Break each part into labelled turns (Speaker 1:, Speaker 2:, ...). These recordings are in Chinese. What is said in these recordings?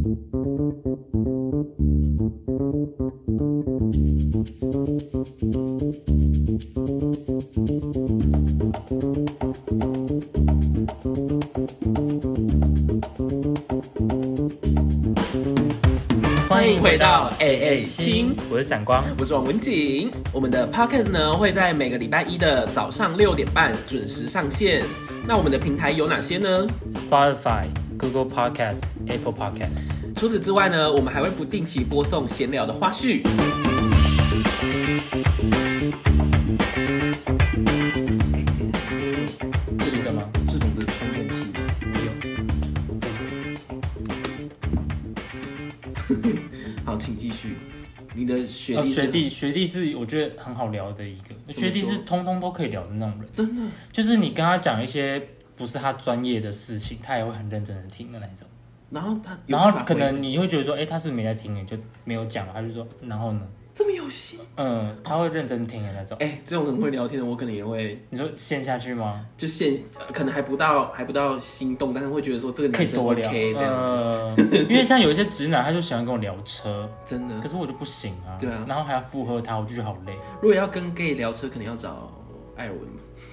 Speaker 1: 欢迎回到 AA 亲，
Speaker 2: 我是闪光，
Speaker 1: 我是王文景。我们的 podcast 呢会在每个礼拜一的早上6点半准时上线。那我们的平台有哪些呢？
Speaker 2: Spotify、Google Podcast、Apple Podcast。
Speaker 1: 除此之外呢，我们还会不定期播送闲聊的花絮。
Speaker 2: 是的吗？
Speaker 1: 这种的充电器没有。好，请继续。你的学弟
Speaker 2: 学弟是我觉得很好聊的一个，学弟是通通都可以聊的那种人，
Speaker 1: 真的，
Speaker 2: 就是你跟他讲一些不是他专业的事情，他也会很认真的听的那种。然后可能你会觉得说，他是没在听，你就没有讲，他就说，然后呢？
Speaker 1: 这么有心，
Speaker 2: 他会认真听的那种。
Speaker 1: 这种很会聊天的，我可能也会。
Speaker 2: 你说陷下去吗？
Speaker 1: 就可能还不到心动，但是会觉得说这个男生 OK 这样。
Speaker 2: 因为像有一些直男，他就喜欢跟我聊车，
Speaker 1: 真的。
Speaker 2: 可是我就不行啊。
Speaker 1: 对啊。
Speaker 2: 然后还要附和他，我就觉得好累。
Speaker 1: 如果要跟 gay 聊车，可能要找艾尔文。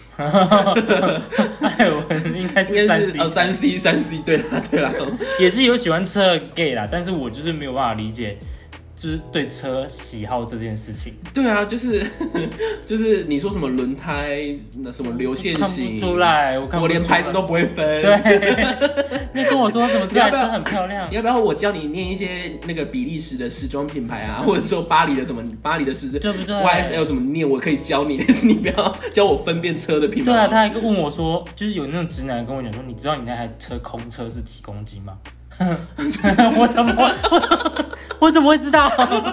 Speaker 2: 艾尔文应该是
Speaker 1: 3C，对啦，
Speaker 2: 也是有喜欢车的 gay 啦，但是我就是没有办法理解。就是对车喜好这件事情，
Speaker 1: 对啊，就是你说什么轮胎那什么流线型，
Speaker 2: 看不出来，
Speaker 1: 我连牌子都不会分。
Speaker 2: 对，你跟我说怎么这台车很漂亮？
Speaker 1: 要不要我教你念一些那个比利时的时装品牌啊，或者说巴黎的时装，
Speaker 2: 对不对
Speaker 1: ？YSL 怎么念？我可以教你，但是你不要教我分辨车的品牌。
Speaker 2: 对啊，他还问我说，就是有那种直男跟我讲说，你知道你那台车空车是几公斤吗？我怎么会知道？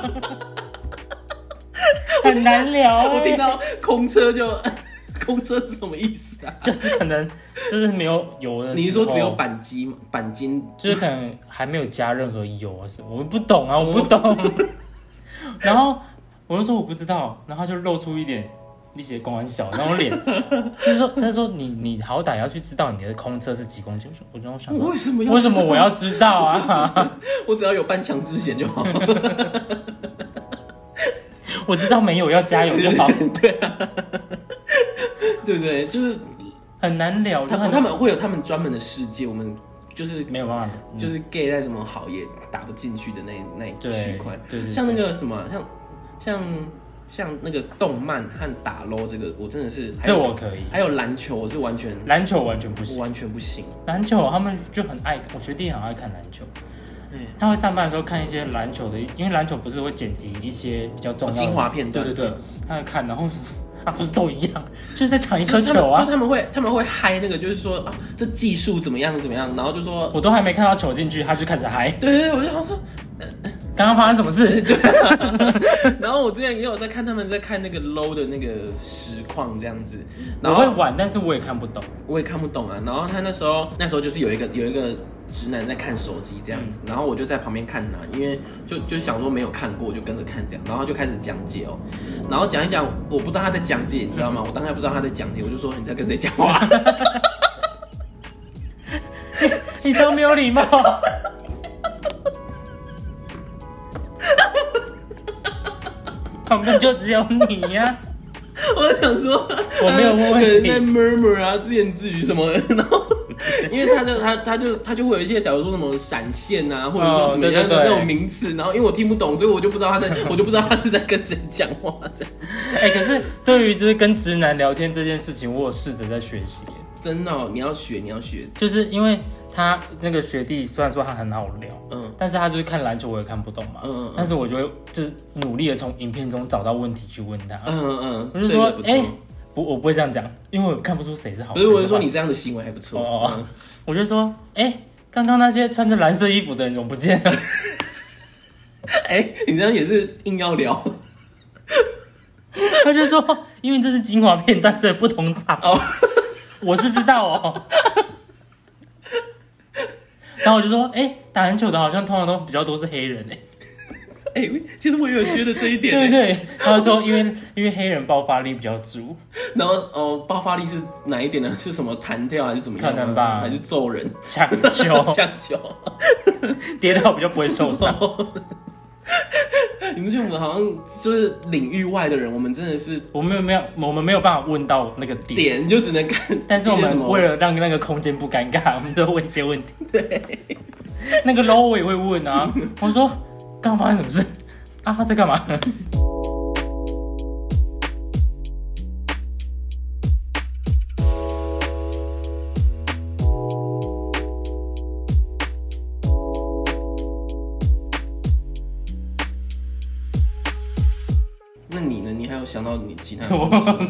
Speaker 2: 很难聊。
Speaker 1: 我听到空车是什么意思啊？
Speaker 2: 就是可能就是没有油的时候。
Speaker 1: 你是说只有钣金？
Speaker 2: 就是可能还没有加任何油啊什么？我不懂啊，我不懂。然后我就说我不知道，然后他就露出一点。力气公很小，那种脸，就是说，他说你好歹要去知道你的空车是几公斤。我就想说，为什么我要知道啊？
Speaker 1: 我只要有办强制险就好。
Speaker 2: 我知道没有要加油就好。
Speaker 1: 对啊，对不对？就是
Speaker 2: 很难聊。
Speaker 1: 他们会有他们专门的世界，我们就是
Speaker 2: 没有办法，
Speaker 1: 就是 gay 再怎么好也打不进去的那一区块。
Speaker 2: 对，
Speaker 1: 像那个什么，像那个动漫和打 LOL 这个，我真的是
Speaker 2: 这我可以。
Speaker 1: 还有篮球，我是完全不行，完全不行。
Speaker 2: 篮球他们就很爱，我学弟很爱看篮球。他会上班的时候看一些篮球的，因为篮球不是会剪辑一些比较重要的
Speaker 1: 精华片段，
Speaker 2: 对，他会看，然后不是都一样，就是在抢一颗球啊。
Speaker 1: 就他们会嗨那个，就是说啊，这技术怎么样，然后就说
Speaker 2: 我都还没看到球进去，他就开始嗨。
Speaker 1: 对，我就想说。
Speaker 2: 刚刚发生什么事？
Speaker 1: 对然后我之前也有在看他们在看那个 low 的那个实况这样子，然后
Speaker 2: 我会玩，但是我也看不懂，
Speaker 1: 啊。然后他那时候就是有一个直男在看手机这样子，然后我就在旁边看他，因为就想说没有看过，就跟着看这样，然后就开始讲解哦，然后讲一讲，我不知道他在讲解，你知道吗？我当时不知道他在讲解，我就说你在跟谁讲话？
Speaker 2: 你超没有礼貌。旁边就只有你呀！
Speaker 1: 我想说，
Speaker 2: 我没有问题，
Speaker 1: 在 murmur 啊，自言自语什么的，然后因为他就会有一些，假如说什么闪现啊，或者说怎么样的那种名词，然后因为我听不懂，所以我就不知道他是在跟谁讲话这样。
Speaker 2: 可是对于就是跟直男聊天这件事情，我有试着在学习。
Speaker 1: 真的你要学，
Speaker 2: 就是因为。他那个学弟虽然说他很好聊，但是他就是看篮球我也看不懂嘛，但是我就会就是努力的从影片中找到问题去问他，我就说，我不会这样讲，因为我看不出谁是好。不是，
Speaker 1: 我是说你这样的行为还不错。
Speaker 2: 我就说，刚刚那些穿着蓝色衣服的人怎么不见了？
Speaker 1: 你这样也是硬要聊。
Speaker 2: 他就说，因为这是精华片段，所以不同场。我是知道哦。然后我就说，打篮球的好像通常都比较多是黑人
Speaker 1: 其实我也有觉得这一点。
Speaker 2: 对对，他说因为黑人爆发力比较足，
Speaker 1: 然后爆发力是哪一点呢？是什么弹跳还是怎么样？
Speaker 2: 可能吧，
Speaker 1: 还是揍人、
Speaker 2: 抢球、
Speaker 1: 抢球，
Speaker 2: 跌倒比较不会受伤。
Speaker 1: 你们觉得我们好像就是领域外的人，我们真的是
Speaker 2: 我们没有办法问到那个点，
Speaker 1: 就只能看。
Speaker 2: 但是我们为了让那个空间不尴尬，我们都会问一些问题。对，那个 low 我也会问啊，我说刚发生什么事啊？他在干嘛？
Speaker 1: 那你呢？你还有想到你其他的东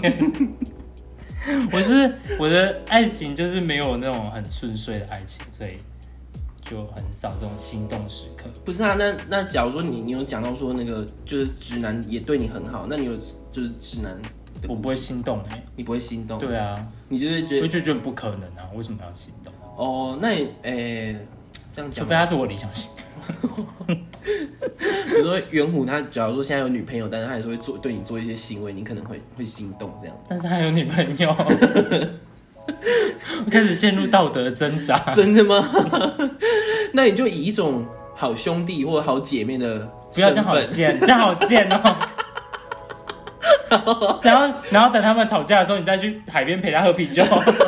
Speaker 2: 西？我的爱情就是没有那种很顺遂的爱情，所以就很少这种心动时刻。
Speaker 1: 不是啊，那假如说你有讲到说那个就是直男也对你很好，那你有就是直男的，
Speaker 2: 我不会心动
Speaker 1: 你不会心动？
Speaker 2: 对啊，
Speaker 1: 你就是觉得
Speaker 2: 我就觉得不可能啊，为什么要心动？
Speaker 1: 哦，那你这样讲，
Speaker 2: 除非他是我理想型。
Speaker 1: 比如说圆虎，他假如说现在有女朋友，但是他还是会对你做一些行为，你可能会心动这样。
Speaker 2: 但是他有女朋友，我开始陷入道德挣扎。
Speaker 1: 真的吗？那你就以一种好兄弟或好姐妹的
Speaker 2: 不要这样好贱，这样好贱哦。然后等他们吵架的时候，你再去海边陪他喝啤酒。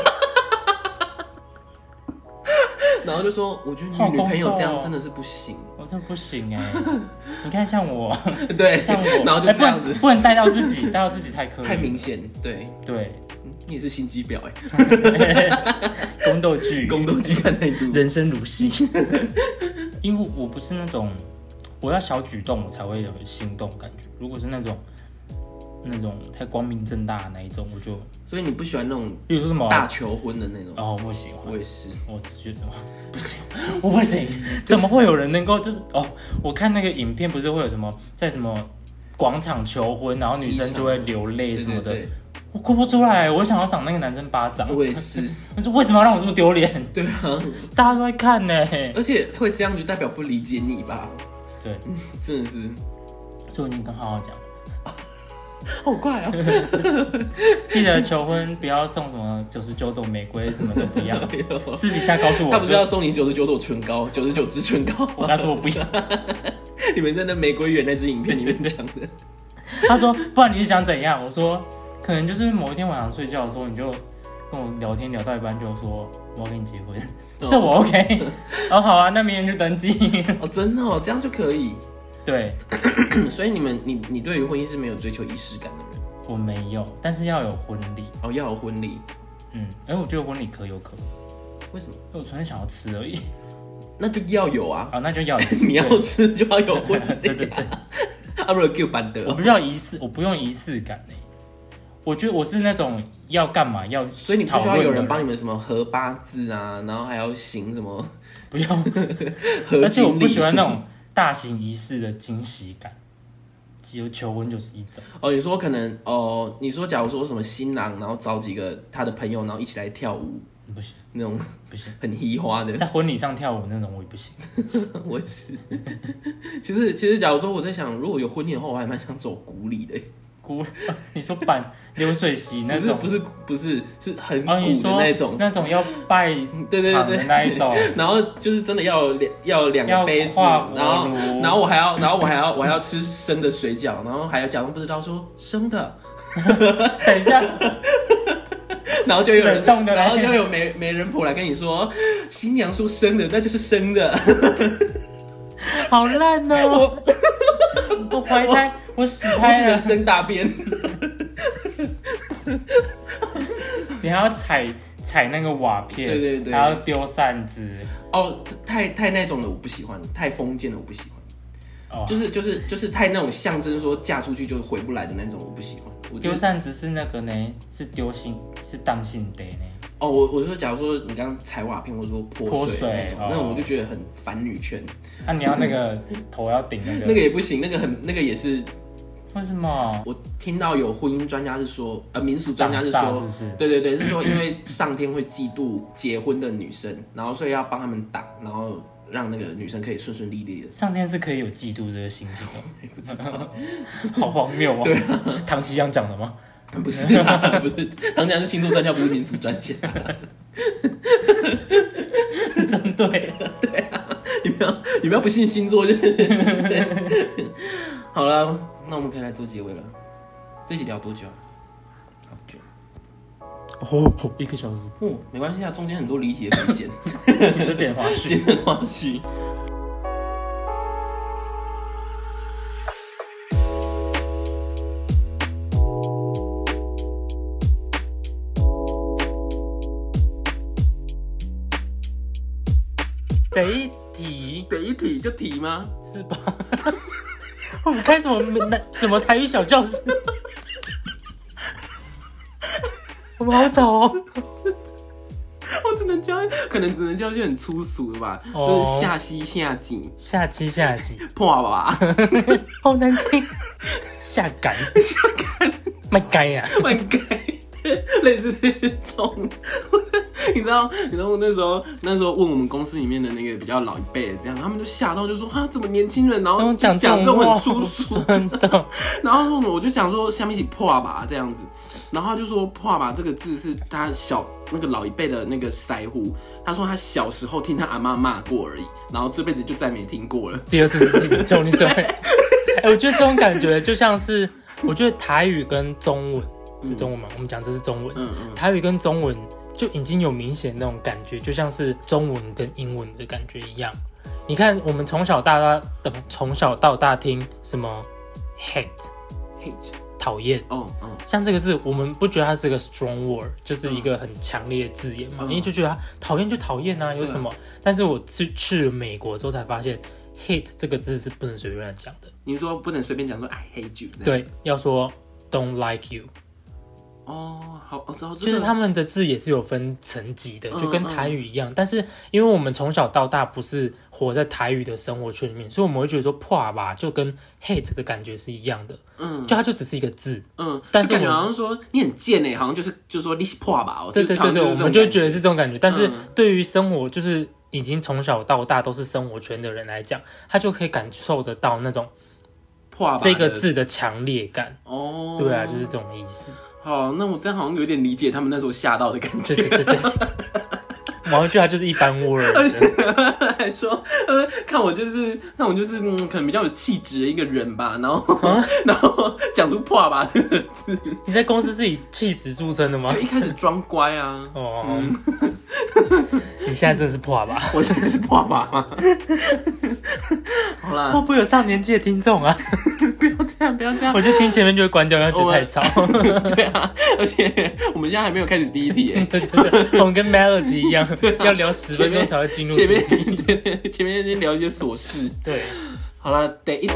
Speaker 1: 然后就说，我觉得你女朋友这样真的是不行，
Speaker 2: 我真的不行哎。你看像我，
Speaker 1: 对，
Speaker 2: 像我，
Speaker 1: 然后就这样子，
Speaker 2: 不能带到自己，带到自己太刻意，
Speaker 1: 太明显，对，你也是心机婊
Speaker 2: 宫斗剧
Speaker 1: 看太多，
Speaker 2: 人生如戏。因为我不是那种我要小举动我才会有心动感觉，如果是那种太光明正大的那一种，我就
Speaker 1: 所以你不喜欢那种，
Speaker 2: 比如说什么
Speaker 1: 大求婚的那种？
Speaker 2: 哦，我不喜欢，
Speaker 1: 我也是，
Speaker 2: 我只觉得不行，我不行，怎么会有人能够就是我看那个影片不是会有什么在什么广场求婚，然后女生就会流泪什么的，对，我哭不出来，我想要赏那个男生巴掌。
Speaker 1: 我也是，
Speaker 2: 我说为什么要让我这么丢脸？
Speaker 1: 对啊，
Speaker 2: 大家都在看呢，
Speaker 1: 而且会这样就代表不理解你吧？
Speaker 2: 对，
Speaker 1: 真的是，
Speaker 2: 所以你跟好好讲。
Speaker 1: 好快啊！
Speaker 2: 记得求婚不要送什么99朵玫瑰什么的，不要。私底下告诉我，
Speaker 1: 他不是要送你99朵唇膏，99支唇膏。
Speaker 2: 他说我不要。
Speaker 1: 你们在那玫瑰园那支影片里面讲的。
Speaker 2: 他说不然你是想怎样？我说可能就是某一天晚上睡觉的时候，你就跟我聊天聊到一半就说我要跟你结婚，这我 OK。好啊，那明天就登记。
Speaker 1: 真的这样就可以。
Speaker 2: 对，
Speaker 1: 所以你对于婚姻是没有追求仪式感的人？
Speaker 2: 我没有，但是要有婚礼。
Speaker 1: 要有婚礼。
Speaker 2: 我觉得婚礼可有可无。
Speaker 1: 为什么？
Speaker 2: 因为我纯粹想要吃而已。
Speaker 1: 那就要有啊。
Speaker 2: 那就要有。
Speaker 1: 你要吃就要有婚礼。
Speaker 2: 对。
Speaker 1: 不然叫办得。
Speaker 2: 我不要仪式，我不用仪式感欸。我觉得我是那种要干嘛要，
Speaker 1: 所以你不需要有人帮你们什么合八字啊，然后还要行什么？
Speaker 2: 不用。而且我不喜欢那种大型仪式的惊喜感，只有求婚就是一种。
Speaker 1: 你说可能你说假如说什么新郎，然后找几个他的朋友，然后一起来跳舞，
Speaker 2: 不行，
Speaker 1: 那种
Speaker 2: 不行，
Speaker 1: 很嘻花的，
Speaker 2: 在婚礼上跳舞那种我也不行。
Speaker 1: 我也是。其实假如说我在想，如果有婚礼的话，我还蛮想走古礼的。
Speaker 2: 你说办流水席那种？
Speaker 1: 不是，是很古的那种，
Speaker 2: 那种要拜堂的那一种。
Speaker 1: 然后就是真的要有两个杯子，然后我还要吃生的水饺，然后还要假装不知道说生的。
Speaker 2: 等一下。
Speaker 1: 然后就有媒人婆来跟你说，新娘说生的，那就是生的。
Speaker 2: 好烂哦！我怀胎，我死胎了，
Speaker 1: 我只能生大便。
Speaker 2: 你还要踩那个瓦片，
Speaker 1: 对，
Speaker 2: 还要丢扇子。
Speaker 1: 太那种的我不喜欢，太封建的我不喜欢。就是太那种象征说嫁出去就回不来的那种我不喜欢。
Speaker 2: 丢扇子是那个呢，是当性的呢。
Speaker 1: 我说，假如说你刚刚踩瓦片，或者说泼水那种我就觉得很反女权。
Speaker 2: 你要那个头要顶那个，
Speaker 1: 那个也不行，那个也是。
Speaker 2: 为什么？
Speaker 1: 我听到有婚姻专家是说，民俗专家是说，
Speaker 2: 对，
Speaker 1: 是说因为上天会嫉妒结婚的女生，然后所以要帮他们挡，然后让那个女生可以顺顺利利的。
Speaker 2: 上天是可以有嫉妒这个心情的，
Speaker 1: 不知道，
Speaker 2: 好荒谬哦。
Speaker 1: 对啊，
Speaker 2: 唐奇阳讲的吗？
Speaker 1: 不是啊，不是，唐强是星座专家，不是民俗专家。
Speaker 2: 针对，
Speaker 1: 对啊，你不要不信星座，好了，那我们可以来做结尾了。这集聊多久？好久。
Speaker 2: 哦，1个小时。
Speaker 1: 哦，没关系啊，中间很多离题的可以剪，
Speaker 2: 你在剪花絮，
Speaker 1: 剪花絮。第一题就题吗？
Speaker 2: 是吧？我们开什么台语小教室？我们好吵哦！
Speaker 1: 我可能只能教一些很粗俗的吧，就是下西下井、
Speaker 2: 下鸡下鸡、
Speaker 1: 破吧，
Speaker 2: 好难听，下改卖改呀，
Speaker 1: 卖改，类似这种。你知道那时候问我们公司里面的那个比较老一辈的，这样他们就吓到，就说哈，怎么年轻人然后讲这种很粗俗，
Speaker 2: 真的。
Speaker 1: 然后我就想说，下面一起破吧这样子，然后他就说破吧这个字是他那个老一辈的那个腮胡，他说他小时候听他阿嬷骂过而已，然后这辈子就再没听过了。
Speaker 2: 第二次是你中，我觉得这种感觉就像是，我觉得台语跟中文是中文嘛，我们讲这是中文，台语跟中文就已经有明显那种感觉，就像是中文跟英文的感觉一样。你看，我们从小到大听什么 hate 讨厌，像这个字，我们不觉得它是个 strong word， 就是一个很强烈的字眼嘛，因为就觉得它讨厌就讨厌啊，有什么？但是我去了美国之后才发现 hate 这个字是不能随便乱讲的。
Speaker 1: 你说不能随便讲说 I hate you，
Speaker 2: 对，要说 don't like you。
Speaker 1: 好，我知道，
Speaker 2: 就是他们的字也是有分层级的，就跟台语一样。但是因为我们从小到大不是活在台语的生活圈里面，所以我们会觉得说破吧就跟 hate 的感觉是一样的。就它就只是一个字。但是
Speaker 1: 感觉好像说你很贱欸，好像就是说你是破吧。
Speaker 2: 对，我们就觉得是这种感觉。但是对于生活就是已经从小到大都是生活圈的人来讲，他就可以感受得到那种这个字的强烈感。对啊，就是这种意思。
Speaker 1: 好，那我这样好像有点理解他们那时候吓到的感觉。
Speaker 2: 对，我好像觉得他就是一般 word，
Speaker 1: 还说看我就是可能比较有气质的一个人吧，然后讲出破吧这个字。
Speaker 2: 你在公司是以气质著称的吗？
Speaker 1: 就一开始装乖啊。
Speaker 2: 你现在真的是破吧？
Speaker 1: 我现在是破吧吗？好啦，
Speaker 2: 会不会有上年纪的听众啊？
Speaker 1: 不要这样，
Speaker 2: 我就听前面就会关掉，然后觉得太吵。
Speaker 1: 对啊，而且我们现在还没有开始第一题耶。
Speaker 2: 对，我们跟 Melody 一样，要聊10分钟才会进入主题。
Speaker 1: 对，前面先聊一些琐事。
Speaker 2: 对，
Speaker 1: 好啦，第一。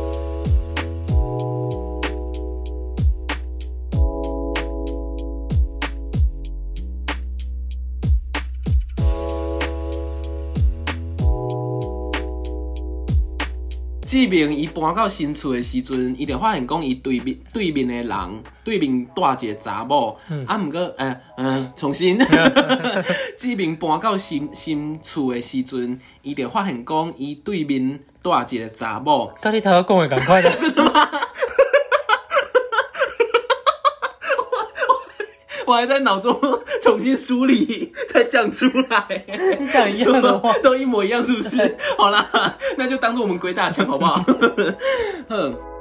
Speaker 1: 志明伊搬到新厝的时阵，伊就发现讲伊对面的人对面带一个查某，不过重新。志明搬到新厝的时阵，伊就发现讲伊对面带一个查某。
Speaker 2: 跟你头先讲的赶快的。
Speaker 1: 真的吗？我还在脑中重新梳理才讲出来。
Speaker 2: 你讲一样的话，
Speaker 1: 都一模一样，是不是？好啦，那就当做我们鬼打墙好不好？